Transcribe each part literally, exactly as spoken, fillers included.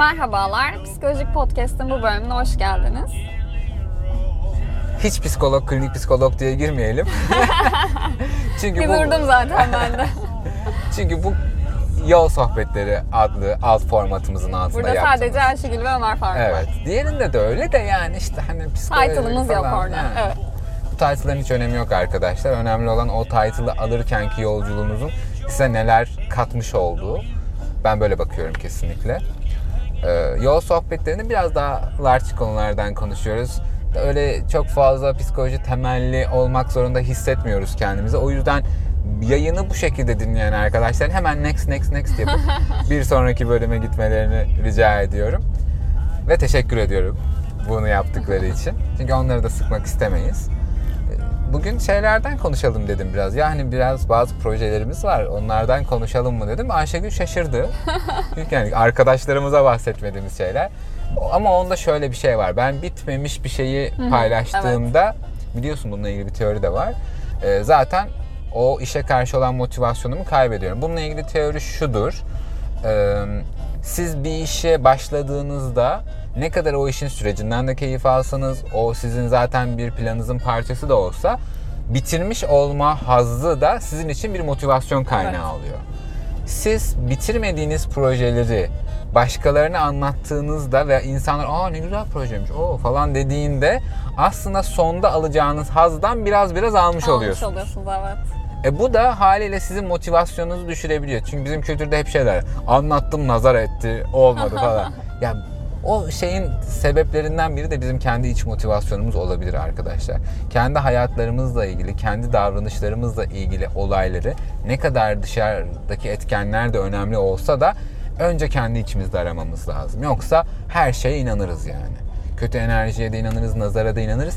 Merhabalar, Psikolojik Podcast'ın bu bölümüne hoş geldiniz. Hiç psikolog, klinik psikolog diye girmeyelim. Çünkü Bir bu durdum zaten ben de. Çünkü bu Yol Sohbetleri adlı alt formatımızın altında Burada yaptığımız. sadece Ayşegül ve Ömer Faruk Evet. var. Diğerinde de öyle de yani işte hani psikoloji Title'ımız yok falan. orada. Ha. Evet. Bu title'ların hiç önemi yok arkadaşlar. Önemli olan o title'ı alırkenki yolculuğunuzun size neler katmış olduğu. Ben böyle bakıyorum kesinlikle. Ee, yol sohbetlerini biraz daha large konulardan konuşuyoruz. Öyle çok fazla psikoloji temelli olmak zorunda hissetmiyoruz kendimizi. O yüzden yayını bu şekilde dinleyen arkadaşlar hemen next next next yapıp bir sonraki bölüme gitmelerini rica ediyorum. Ve teşekkür ediyorum bunu yaptıkları için. Çünkü onları da sıkmak istemeyiz. Bugün şeylerden konuşalım dedim biraz. Yani biraz bazı projelerimiz var. Onlardan konuşalım mı dedim. Ayşegül şaşırdı. Çünkü yani arkadaşlarımıza bahsetmediğimiz şeyler. Ama onda şöyle bir şey var. Ben bitmemiş bir şeyi paylaştığımda, evet. Biliyorsun bununla ilgili bir teori de var. Ee, zaten o işe karşı olan motivasyonumu kaybediyorum. Bununla ilgili teori şudur. Ee, siz bir işe başladığınızda ne kadar o işin sürecinden de keyif alsanız, o sizin zaten bir planınızın parçası da olsa, bitirmiş olma hazzı da sizin için bir motivasyon kaynağı evet. oluyor. Siz bitirmediğiniz projeleri başkalarına anlattığınızda ve insanlar aa ne güzel projeymiş o falan dediğinde aslında sonda alacağınız hazzdan biraz biraz almış, almış oluyorsunuz. oluyorsunuz evet. E bu da haliyle sizin motivasyonunuzu düşürebiliyor. Çünkü bizim kültürde hep şeyler anlattım nazar etti olmadı falan. Ya o şeyin sebeplerinden biri de bizim kendi iç motivasyonumuz olabilir arkadaşlar. Kendi hayatlarımızla ilgili, kendi davranışlarımızla ilgili olayları ne kadar dışarıdaki etkenler de önemli olsa da önce kendi içimizde aramamız lazım. Yoksa her şeye inanırız yani. Kötü enerjiye de inanırız, nazara da inanırız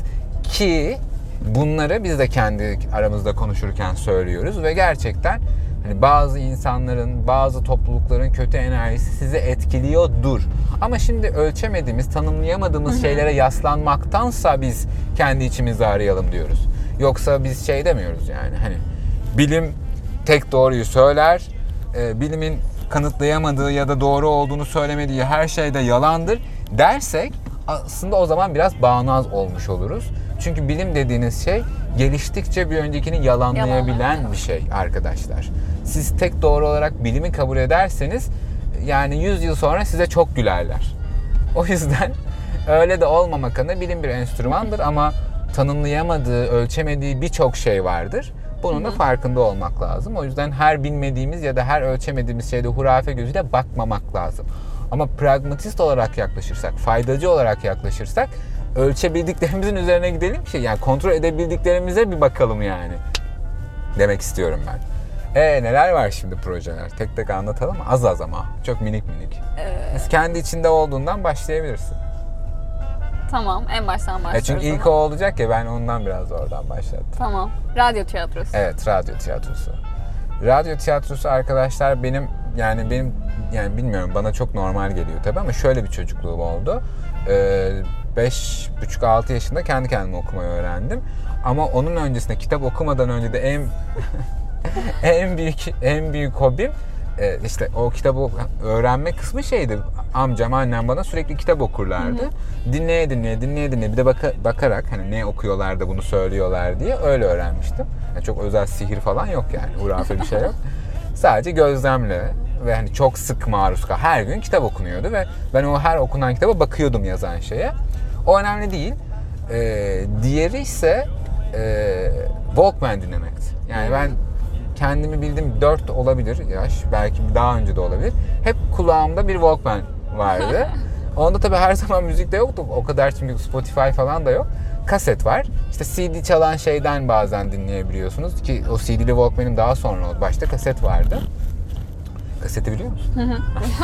ki bunları biz de kendi aramızda konuşurken söylüyoruz ve gerçekten hani bazı insanların, bazı toplulukların kötü enerjisi sizi etkiliyordur. Ama şimdi ölçemediğimiz, tanımlayamadığımız şeylere yaslanmaktansa biz kendi içimizde arayalım diyoruz. Yoksa biz şey demiyoruz yani hani bilim tek doğruyu söyler, e, bilimin kanıtlayamadığı ya da doğru olduğunu söylemediği her şey de yalandır dersek aslında o zaman biraz bağnaz olmuş oluruz. Çünkü bilim dediğiniz şey geliştikçe bir öncekini yalanlayabilen Yalan. bir şey arkadaşlar. Siz tek doğru olarak bilimi kabul ederseniz yani yüz yıl sonra size çok gülerler. O yüzden öyle de olmamak adına bilim bir enstrümandır ama tanımlayamadığı, ölçemediği birçok şey vardır. Bunun da farkında olmak lazım. O yüzden her bilmediğimiz ya da her ölçemediğimiz şeyde hurafe gözüyle bakmamak lazım. Ama pragmatist olarak yaklaşırsak, faydacı olarak yaklaşırsak ölçebildiklerimizin üzerine gidelim ki yani kontrol edebildiklerimize bir bakalım yani. Demek istiyorum ben. Ee neler var şimdi projeler? Tek tek anlatalım mı? Az az ama. Çok minik minik. Ee... Kendi içinde olduğundan başlayabilirsin. Tamam, en baştan başlıyoruz. E çünkü ilk o olacak ya ben ondan biraz oradan başlattım. Tamam. Radyo tiyatrosu. Evet, radyo tiyatrosu. Radyo tiyatrosu arkadaşlar benim yani benim yani bilmiyorum bana çok normal geliyor tabii ama şöyle bir çocukluğum oldu. Ee, beş buçuk altı yaşında kendi kendime okumayı öğrendim. Ama onun öncesinde kitap okumadan önce de en en büyük en büyük hobim e, işte o kitabı öğrenme kısmı şeydi. Amcam, annem bana sürekli kitap okurlardı. Hı hı. Dinleye dinleye dinleye dinleye bir de baka, bakarak hani ne okuyorlar da bunu söylüyorlar diye öyle öğrenmiştim. Yani çok özel sihir falan yok yani. Hurafe bir şey yok. Sadece gözlemle ve hani çok sık maruz kal. Her gün kitap okunuyordu ve ben o her okunan kitaba bakıyordum yazan şeye. O önemli değil. Ee, diğeri ise e, Walkman dinlemekti. Yani ben kendimi bildim dört olabilir yaş. Belki daha önce de olabilir. Hep kulağımda bir Walkman vardı. Onda tabii her zaman müzik de yoktu. O kadar çünkü Spotify falan da yok. Kaset var. İşte C D çalan şeyden bazen dinleyebiliyorsunuz ki o C D'li Walkman'in daha sonra oldu. Başta kaset vardı. Kaseti biliyor musun?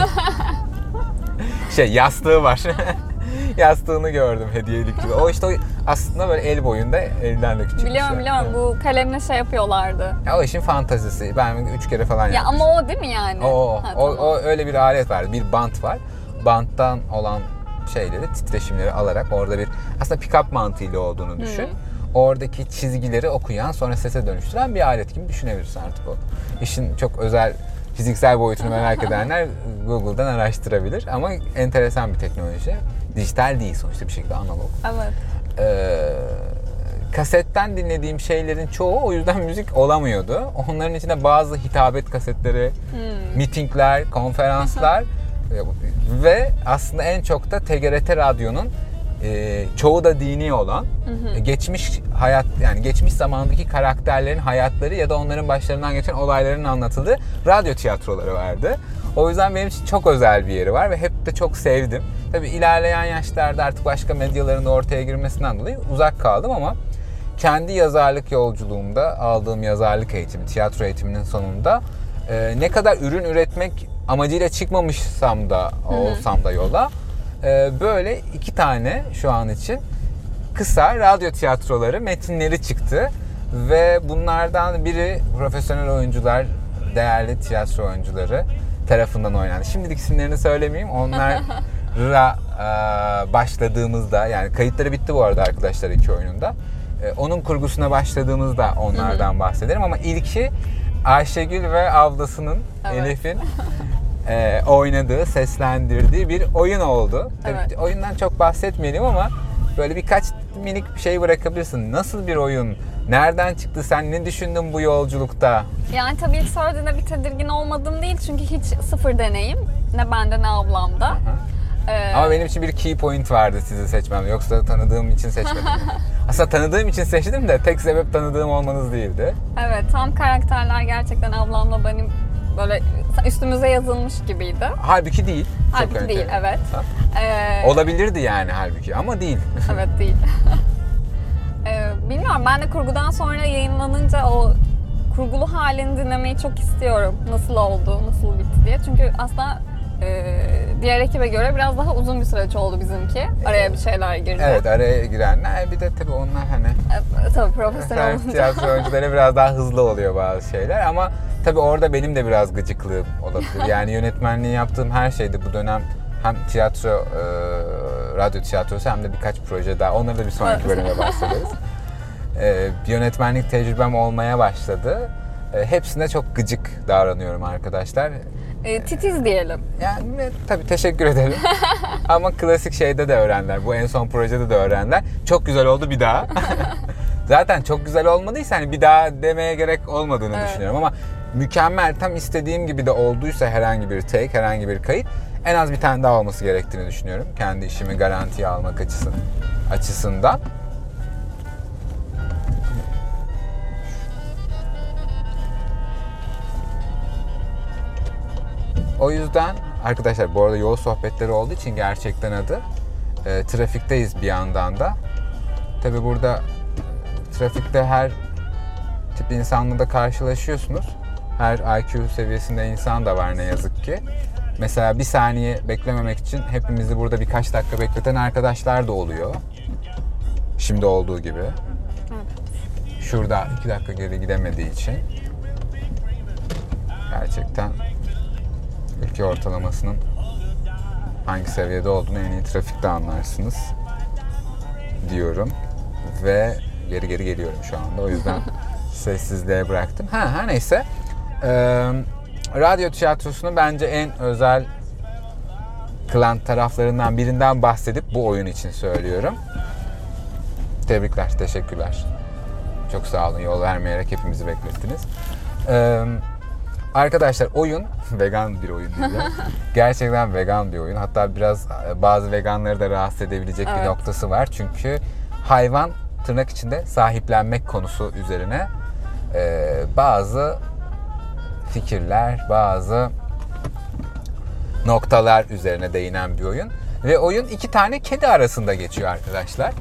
şey yastığı var. Yastığını gördüm hediyelik gibi. O işte o aslında böyle el boyunda, elden de küçük biliyorum, bir şey. Biliyorum biliyorum. Bu kalemle şey yapıyorlardı. Ya o işin fantazisi. Ben üç kere falan ya yapmıştım. Ama o değil mi yani? O, ha, o, tamam. o öyle bir alet var. Bir bant var. Banttan olan şeyleri, titreşimleri alarak orada bir aslında pick-up mantığıyla olduğunu düşün. Hmm. Oradaki çizgileri okuyan sonra sese dönüştüren bir alet gibi düşünebilirsin artık o. İşin çok özel Fiziksel boyutunu merak edenler Google'dan araştırabilir. Ama enteresan bir teknoloji. Dijital değil sonuçta, bir şekilde analog. Evet. Ee, kasetten dinlediğim şeylerin çoğu o yüzden müzik olamıyordu. Onların içinde bazı hitabet kasetleri, hmm. mitingler, konferanslar ve aslında en çok da T G R T Radyo'nun e, çoğu da dini olan hı hı. geçmiş hayat, yani geçmiş zamandaki karakterlerin hayatları ya da onların başlarından geçen olayların anlatıldığı radyo tiyatroları vardı. O yüzden benim için çok özel bir yeri var ve hep de çok sevdim. Tabii ilerleyen yaşlarda artık başka medyaların da ortaya girmesinden dolayı uzak kaldım ama kendi yazarlık yolculuğumda aldığım yazarlık eğitimi, tiyatro eğitiminin sonunda e, ne kadar ürün üretmek amacıyla çıkmamışsam da olsam da yola e, böyle iki tane şu an için kısa radyo tiyatroları metinleri çıktı ve bunlardan biri profesyonel oyuncular, değerli tiyatro oyuncuları tarafından oynandı. Şimdilik isimlerini söylemeyeyim. Onlara e, başladığımızda, yani kayıtları bitti bu arada arkadaşlar iki oyununda. E, onun kurgusuna başladığımızda onlardan bahsederim ama ilki Ayşegül ve ablasının, evet. Elif'in e, oynadığı, seslendirdiği bir oyun oldu. Evet. Tabii oyundan çok bahsetmeyelim ama böyle birkaç minik bir şey bırakabilirsin. Nasıl bir oyun? Nereden çıktı? Sen ne düşündün bu yolculukta? Yani tabii ilk söylediğinde bir tedirgin olmadım değil çünkü hiç sıfır deneyim. Ne bende ne ablamda. Ee... Ama benim için bir key point vardı sizi seçmem. Yoksa tanıdığım için seçmedim. Aslında tanıdığım için seçtim de tek sebep tanıdığım olmanız değildi. Evet, tam karakterler gerçekten ablamla benim böyle üstümüze yazılmış gibiydi. Halbuki değil. Halbuki Çok değil, evet. Ee... Olabilirdi yani halbuki ama değil. Evet, değil. ee, bilmiyorum, ben de kurgudan sonra yayınlanınca o kurgulu halini dinlemeyi çok istiyorum. Nasıl oldu, nasıl bitti diye. Çünkü aslında e, diğer ekibe göre biraz daha uzun bir süreç oldu bizimki. Araya bir şeyler girdi. Evet, araya girenler. Bir de tabii onlar hani... E, tabii profesyonel olunca. Tiyatro oyuncuları biraz daha hızlı oluyor bazı şeyler ama tabii orada benim de biraz gıcıklığım olabilir. Yani yönetmenliği yaptığım her şeyde bu dönem hem tiyatro, e, radyo tiyatrosu hem de birkaç proje daha. Onları da bir sonraki bölümde bahsederiz. E, yönetmenlik tecrübem olmaya başladı. E, hepsine çok gıcık davranıyorum arkadaşlar. E, titiz diyelim. Yani tabii teşekkür ederim. Ama klasik şeyde de öğrendiler. Bu en son projede de öğrendiler. Çok güzel oldu, bir daha. Zaten çok güzel olmadıysa hani bir daha demeye gerek olmadığını evet. düşünüyorum ama mükemmel, tam istediğim gibi de olduysa herhangi bir take, herhangi bir kayıt en az bir tane daha olması gerektiğini düşünüyorum. Kendi işimi garantiye almak açısından. açısından. O yüzden arkadaşlar, bu arada yol sohbetleri olduğu için gerçekten adı e, trafikteyiz bir yandan da. Tabii burada trafikte her tip insanla da karşılaşıyorsunuz. Her I Q seviyesinde insan da var ne yazık ki. Mesela bir saniye beklememek için hepimizi burada birkaç dakika bekleten arkadaşlar da oluyor. Şimdi olduğu gibi. Şurada iki dakika geri gidemediği için. Gerçekten ülke ortalamasının hangi seviyede olduğunu en iyi trafikte anlarsınız diyorum. Ve geri geri geliyorum şu anda. O yüzden sessizliğe bıraktım. Ha, her neyse. Ee, radyo tiyatrosunu bence en özel kılan taraflarından birinden bahsedip bu oyun için söylüyorum. Tebrikler, teşekkürler. Çok sağ olun, yol vermeyerek hepimizi beklettiniz. Ee, arkadaşlar, oyun vegan bir oyun değil. Gerçekten vegan bir oyun. Hatta biraz bazı veganları da rahatsız edebilecek evet. bir noktası var. Çünkü hayvan tırnak içinde sahiplenmek konusu üzerine e, bazı fikirler, bazı noktalar üzerine değinen bir oyun. Ve oyun iki tane kedi arasında geçiyor arkadaşlar.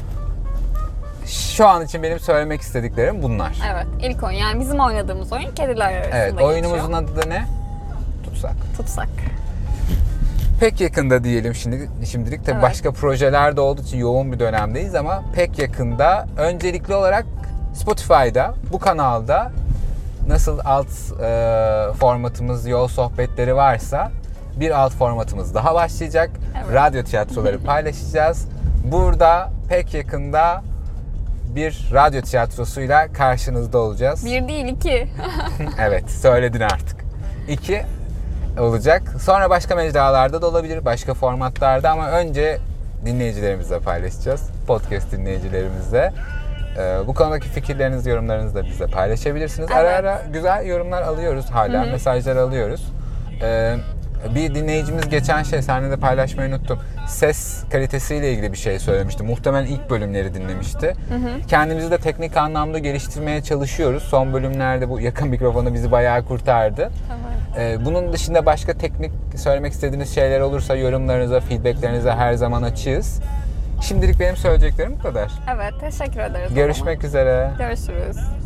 Şu an için benim söylemek istediklerim bunlar. Evet, ilk oyun. Yani bizim oynadığımız oyun kediler arasında evet, geçiyor. Oyunumuzun adı da ne? Tutsak. Tutsak. Pek yakında diyelim şimdi, şimdilik. Tabii evet. Başka projeler de olduğu için yoğun bir dönemdeyiz ama pek yakında. Öncelikli olarak Spotify'da, bu kanalda nasıl alt e, formatımız, yol sohbetleri varsa bir alt formatımız daha başlayacak. Evet. Radyo tiyatroları paylaşacağız. Burada pek yakında bir radyo tiyatrosuyla karşınızda olacağız. Bir değil, iki. Evet, söyledin artık. iki olacak. Sonra başka mecralarda da olabilir, başka formatlarda ama önce dinleyicilerimizle paylaşacağız. Podcast dinleyicilerimizle. Ee, bu konudaki fikirlerinizi, yorumlarınızı da bizle paylaşabilirsiniz. Evet. Ara ara güzel yorumlar alıyoruz hala, Hı-hı. mesajlar alıyoruz. Ee, bir dinleyicimiz geçen şey, seninle de paylaşmayı unuttum. Ses kalitesiyle ilgili bir şey söylemişti. Muhtemelen ilk bölümleri dinlemişti. Hı-hı. Kendimizi de teknik anlamda geliştirmeye çalışıyoruz. Son bölümlerde bu yakın mikrofonu bizi bayağı kurtardı. Tamam. Ee, bunun dışında başka teknik söylemek istediğiniz şeyler olursa yorumlarınıza, feedbacklerinize her zaman açığız. Şimdilik benim söyleyeceklerim bu kadar. Evet, teşekkür ederiz. o Görüşmek zaman. üzere. Görüşürüz.